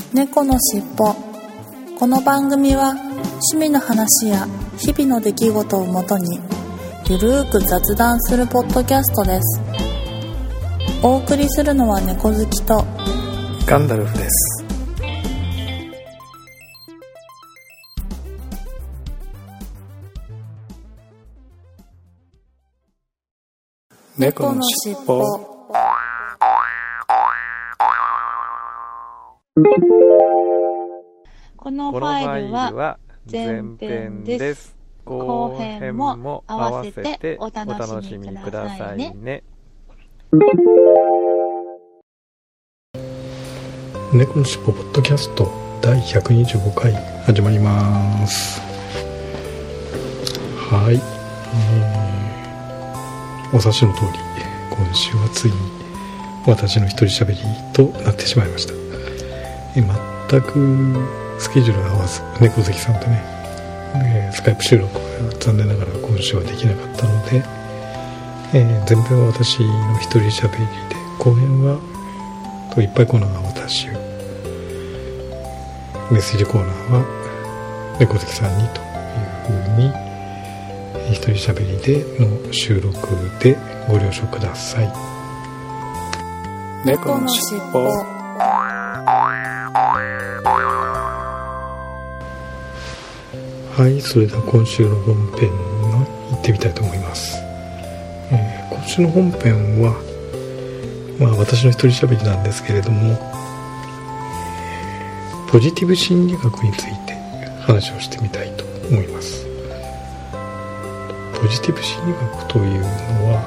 猫のしっぽ。この番組は趣味の話や日々の出来事をもとにゆるーく雑談するポッドキャストです。お送りするのは猫好きとガンダルフです。 猫のしっぽ。このファイルは前編です。後編も合わせてお楽しみくださいね。 猫のしっぽポッドキャスト第125回始まります。はい、お察しの通り今週はついに私の一人喋りとなってしまいました。全くスケジュールが合わず猫関さんとね、スカイプ収録が残念ながら今週はできなかったので、前編は私の一人喋りで、後編はいっぱいコーナーが私、メッセージコーナーは猫関さんにというふうに一人喋りでの収録でご了承ください。 猫のしっぽ。 はい、それでは今週の本編の行ってみたいと思います。今週の本編は、私の一人喋りなんですけれども、ポジティブ心理学について話をしてみたいと思います。ポジティブ心理学というのは、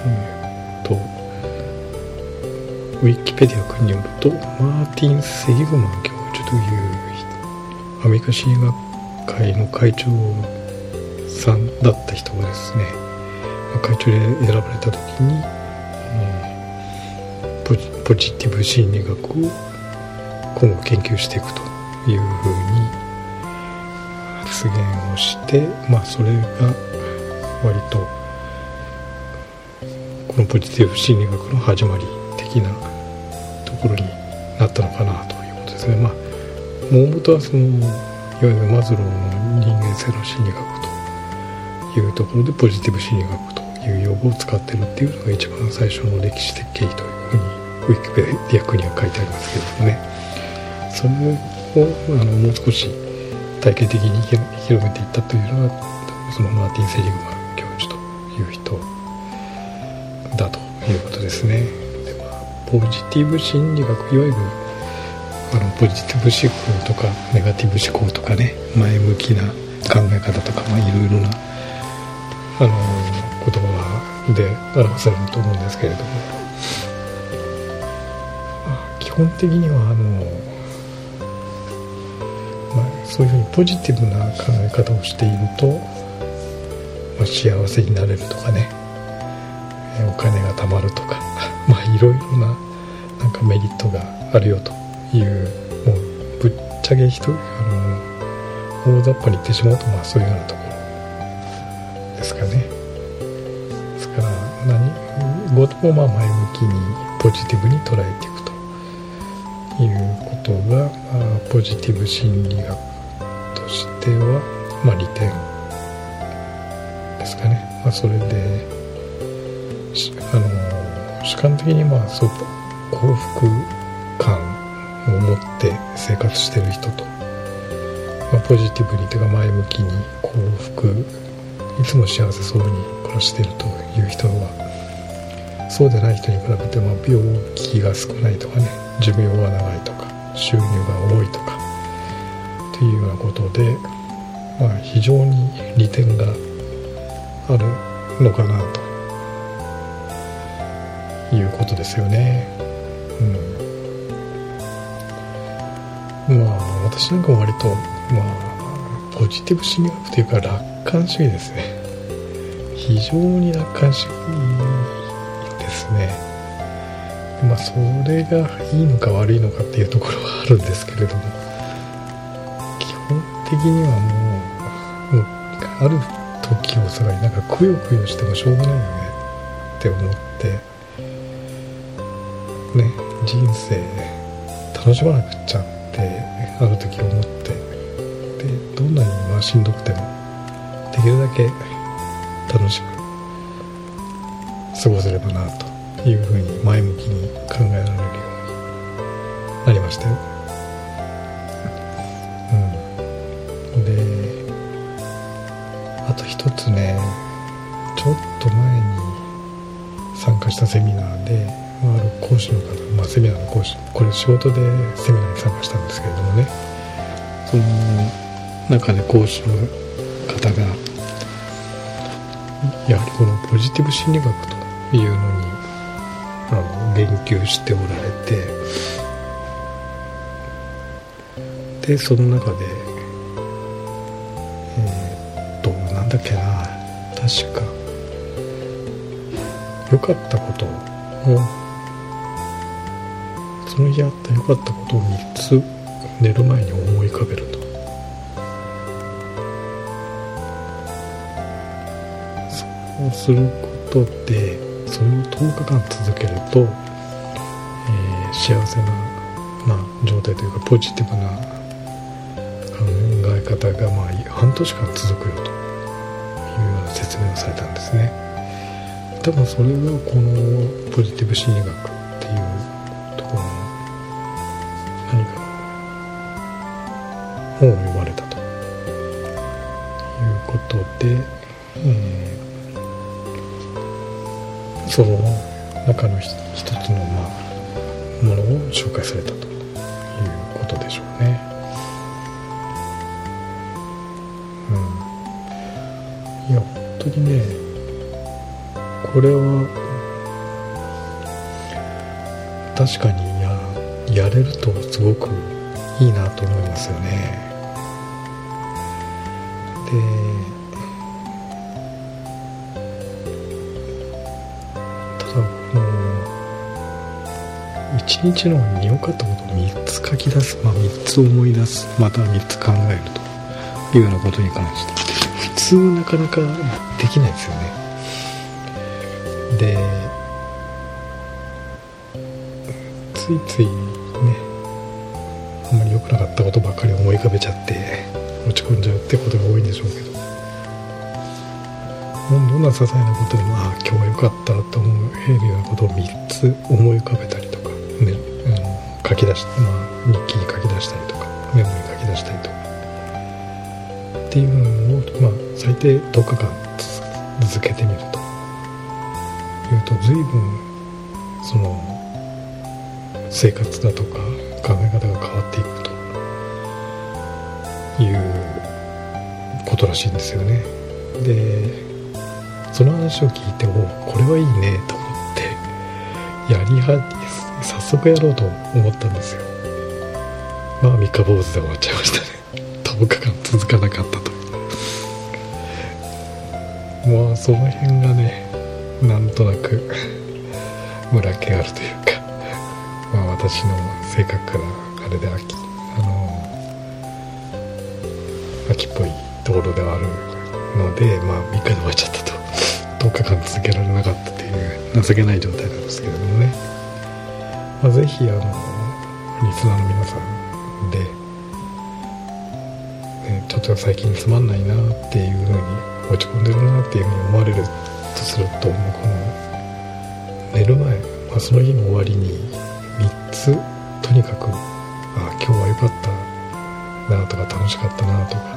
ウィキペディア君によるとマーティン・セリグマン教授というアメリカ心理学会の会長さんだった人がですね、会長で選ばれた時に、ポジティブ心理学を今後研究していくというふうに発言をして、それが割とこのポジティブ心理学の始まり的なところになったのかなということですね。大元はそのいわゆるマズローの人間性の心理学というところでポジティブ心理学という用語を使っているっていうのが一番最初の歴史的経緯というふうにウィキペディアには書いてありますけれどもね、それをもう少し体系的に広めていったというのがそのマーティン・セリグマン教授という人だということですね。で、ポジティブ心理学、いわゆるポジティブ思考とかネガティブ思考とかね、前向きな考え方とか、いろいろな言葉で表されると思うんですけれども、基本的にはそういうふうにポジティブな考え方をしていると、幸せになれるとかね、お金が貯まるとかいろいろなメリットがあるよという、もうぶっちゃけ大雑把に言ってしまうとそういうようなところですかね。ですから何事も前向きにポジティブに捉えていくということが、ポジティブ心理学としては利点ですかね。それで主観的にそう幸福感を持って生活している人と、ポジティブにというか前向きに幸福、いつも幸せそうに暮らしているという人は、そうでない人に比べて病気が少ないとかね、寿命が長いとか収入が多いとかというようなことで、非常に利点があるのかなということですよね。私なんかも割とポジティブ心理学というか楽観主義ですね。非常に楽観主義ですね。それがいいのか悪いのかっていうところはあるんですけれども、基本的にはもうある時を境にくよくよしてもしょうがないよねって思ってね、人生楽しまなくっちゃってある時思って、でどんなにしんどくてもできるだけ楽しく過ごせればなというふうに前向きに考えられるようになりましたよ。であと一つね、ちょっと前に参加したセミナーで、ある講師の方、セミナーの講師、これ仕事でセミナーに参加したんですけれどもね、その中で講師の方がやはりこのポジティブ心理学というのに言及しておられて、でその中でなんだっけな、確か良かったことを、その日あった良かったことを3つ寝る前に思い浮かべると。そうすることで、それを10日間続けると、幸せな、状態というかポジティブな考え方が半年間続くよというような説明をされたんですね。多分それがこのポジティブ心理学っていうところの何か本を読まれたということで、その中の一つのものを紹介されたということでしょうね。いや本当にね、これは確かにやれるとすごくいいなと思いますよね。でただ1日のに良かったことを3つ書き出す、3つ思い出す、また3つ考えるというようなことに関して普通なかなかできないですよね。でついついね、あんまり良くなかったことばっかり思い浮かべちゃって落ち込んじゃうってことが多いんでしょうけど、どんな些細なことでも今日は良かったと思えるようなことを3つ思い浮かべたりとか、ね、書き出して、日記に書き出したりとかメモに書き出したりとかっていうのを、最低10日間続けてみるというと、随分その生活だとか考え方が変わっていくということらしいんですよね。でその話を聞いて、これはいいねと思って早速やろうと思ったんですよ。三日坊主で終わっちゃいましたね。10日間続かなかったと。その辺がね、なんとなくムラ気あるというか、私の性格からあれで秋っぽいところではあるので、3日で終わっちゃったと。10日間続けられなかったという情けない状態なんですけれどもね、ぜひリスナーの皆さんで、ちょっと最近つまんないなっていう風に落ち込んでるなっていう風に思われるとすると、この寝る前、その日の終わりに3つとにかく今日は良かったなとか楽しかったなとか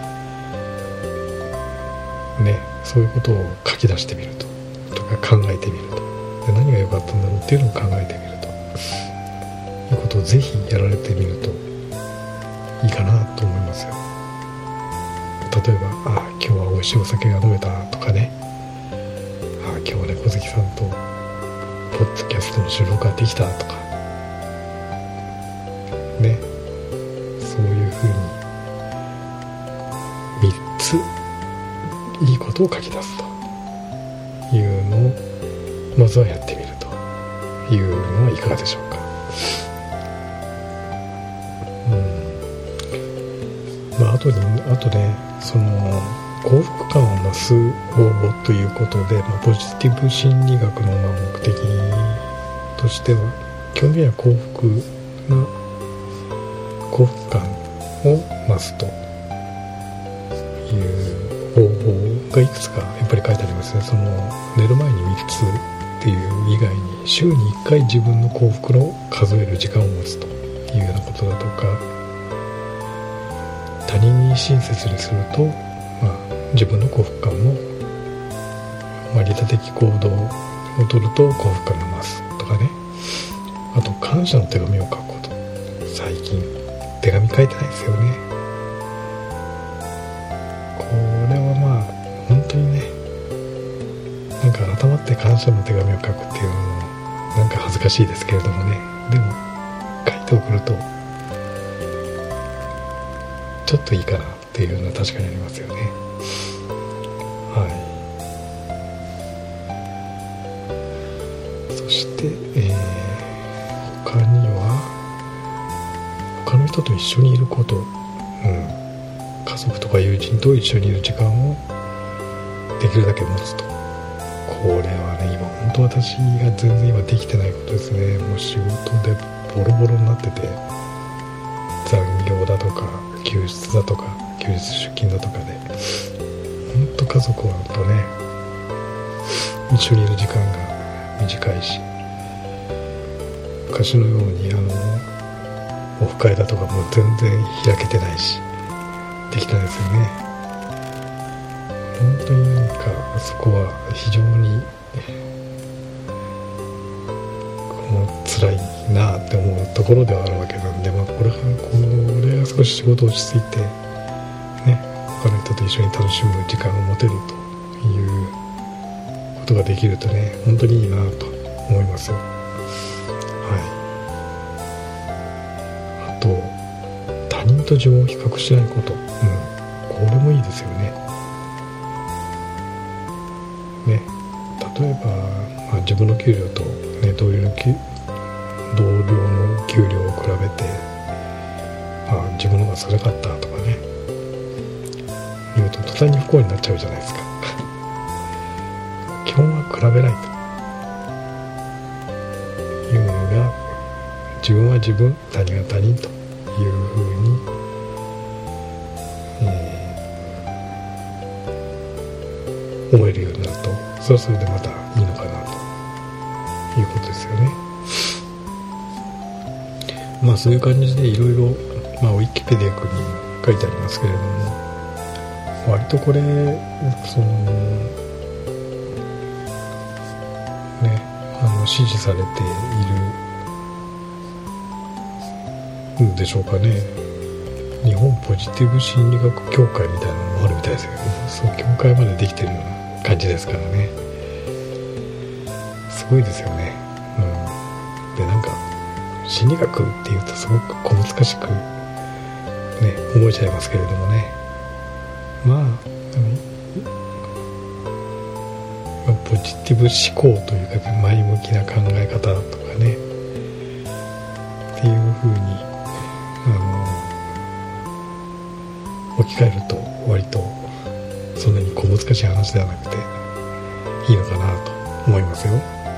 ね、そういうことを書き出してみるとか考えてみると、で何が良かったんだろうっていうのを考えてみるということをぜひやられてみるといいかなと思いますよ。例えば今日は美味しいお酒が飲めたとかね、今日はね小関さんとポッドキャストの収録ができたとかね、そういうふうに3ついいことを書き出すというのをまずはやってみるというのはいかがでしょうか。あとね、その幸福感を増す方法ということで、ポジティブ心理学の目的としては、基本的には幸福な幸福感を増すという方法がいくつかやっぱり書いてありますね。その寝る前に3つっていう以外に、週に1回自分の幸福の数える時間を持つというようなことだとか、他人に親切にすると、自分の幸福感も、利他的行動を取ると幸福感が増すとかね。あと感謝の手紙を書くこと。最近手紙書いてないですよね。これは本当にね、なんか改まって感謝の手紙を書くっていうのもなんか恥ずかしいですけれどもね。でも書いて送るとちょっといいかなっていうのは確かにありますよね。はい。そして、他には他の人と一緒にいること、家族とか友人と一緒にいる時間をできるだけ持つと。これはね、今本当私が全然今できてないことですね。もう仕事でボロボロになってて、残業だとか休日だとか休日出勤だとかで本当家族とね一緒にいる時間が短いし、昔のようにオフ会だとかも全然開けてないしできたんですよね。本当になんかそこは非常に辛いなって思うところではあるわけなんで、これが少し仕事落ち着いてね、他の人と一緒に楽しむ時間を持てるということができるとね、本当にいいなと思いますよ。はい。あと他人と自分を比較しないこと、これもいいですよね。例えば、自分の給料と、同僚の給料を比べて、自分の方が少なかったとかね言うと途端に不幸になっちゃうじゃないですか。基本は比べないというのが、自分は自分、他人は他人というふうに、思えるようになると、それはそれでまたいいのかなということですよね。そういう感じでいろいろ、ウィキペディアに書いてありますけれども、割とこれ支持されているんでしょうかね。日本ポジティブ心理学協会みたいなのもあるみたいですけど、その協会までできてるような感じですからね。すごいですよね。で、なんか心理学っていうとすごく小難しくね思えちゃいますけれどもね。ポジティブ思考というか、前向きな考え方とかねっていう風に置き換えると割とそんなに小難しい話ではなくていいのかなと思いますよ。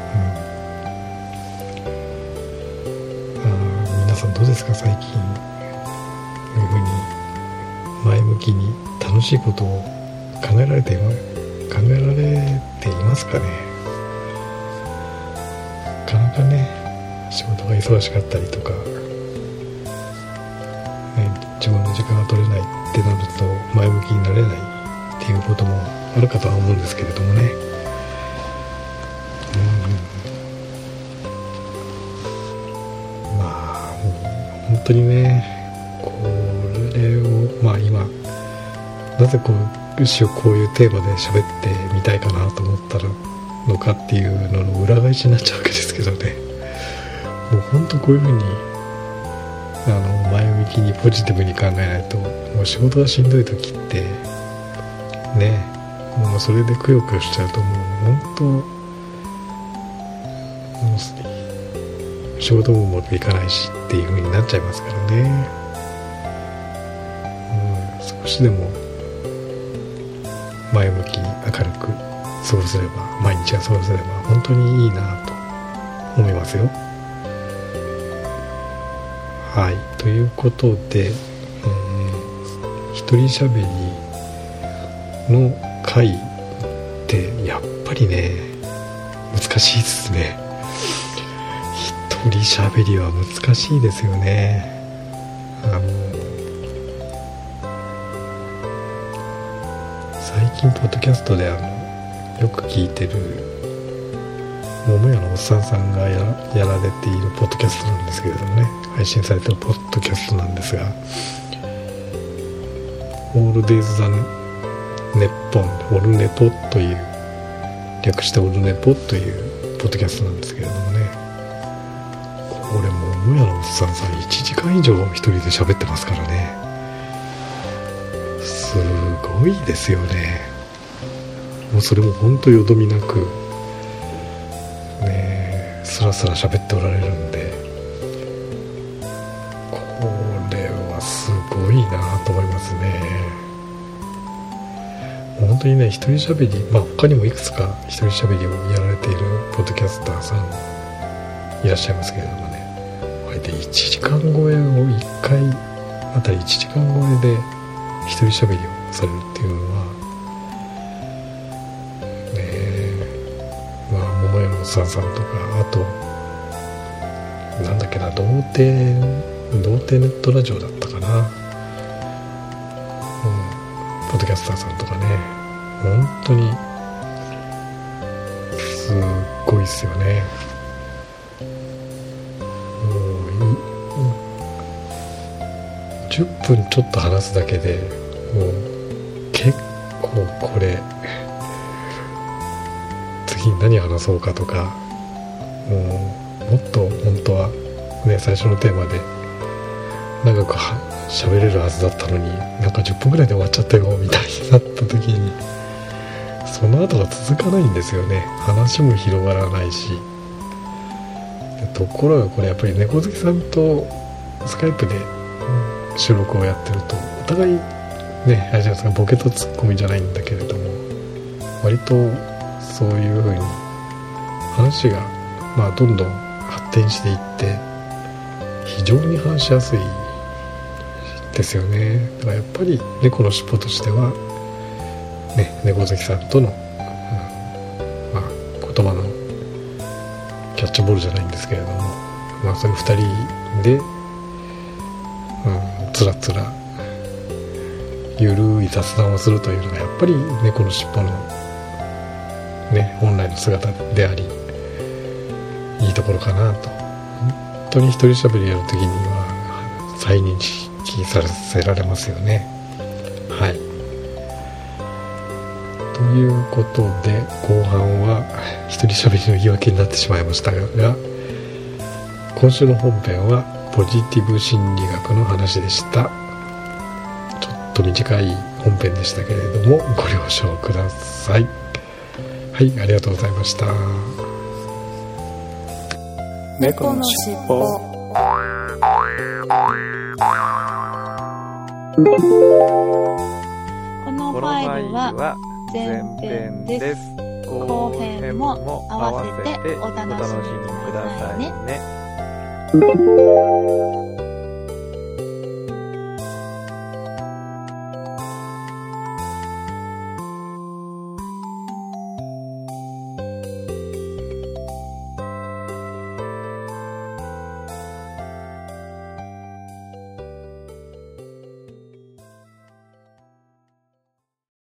皆さんどうですか、最近こういう風に前向きに楽しいことを考えられていますかね。なかなかね、仕事が忙しかったりとか、自分の時間が取れないってなると前向きになれないっていうこともあるかとは思うんですけれどもね。本当にね、これを今なぜこういうテーマで喋ってみたいかなと思ったのかっていうのの裏返しになっちゃうわけですけどね。もう本当こういう風に前向きにポジティブに考えないと、もう仕事がしんどい時ってね、もうそれでくよくよしちゃうと、もう本当仕事もうまくいかないしっていう風になっちゃいますからね。少しでも前向きに明るく過ごせれば、毎日が過ごせれば本当にいいなと思いますよ。 はい、ということで、一人喋りの回ってやっぱりね難しいですね。一人喋りは難しいですよね。最近ポッドキャストでよく聞いてる桃屋のおっさんさんがやられているポッドキャストなんですけれどもね、配信されているポッドキャストなんですが、オールデイズ・ザ・ネッポン、オルネポという略してオルネポというポッドキャストなんですけれどもね、これも桃屋のおっさんさん1時間以上一人で喋ってますからね、すごいですよね。もうそれも本当よどみなくねスラスラ喋っておられるんで、これはすごいなと思いますね。本当にね一人喋り、他にもいくつか一人喋りをやられているポッドキャスターさんいらっしゃいますけれどもね、これで1時間超えを1回あたり1時間超えで一人喋りをされるっていうのは桃屋のおっさんさんとか、あとなんだっけな、童貞ネットラジオだったかな、ポッドキャスターさんとかね、本当にすっごいですよね。10分ちょっと話すだけでもう結構これ次に何話そうかとか、もっと本当はね最初のテーマで長く喋れるはずだったのになんか10分ぐらいで終わっちゃったよみたいになった時にその後が続かないんですよね。話も広がらないし、ところがこれやっぱり猫好きさんとスカイプで収録をやってるとお互いねあれじゃないですか、ボケとツッコミじゃないんだけれども割とそういう風に話がどんどん発展していって非常に話しやすいですよね。だからやっぱり猫の尻尾としてはね、猫好きさんとの、言葉のキャッチボールじゃないんですけれども、そういう2人で、つらつらゆるい雑談をするというのがやっぱり猫の尻尾のね本来の姿でありいいところかなと。本当に一人喋りやるときには再認識させられますよね。はい、ということで後半は一人喋りの言い訳になってしまいましたが、今週の本編はポジティブ心理学の話でした。ちょっと短い本編でしたけれどもご了承ください。はい、ありがとうございました。 猫のしっぽ。このファイルは前編です。後編も合わせてお楽しみくださいね。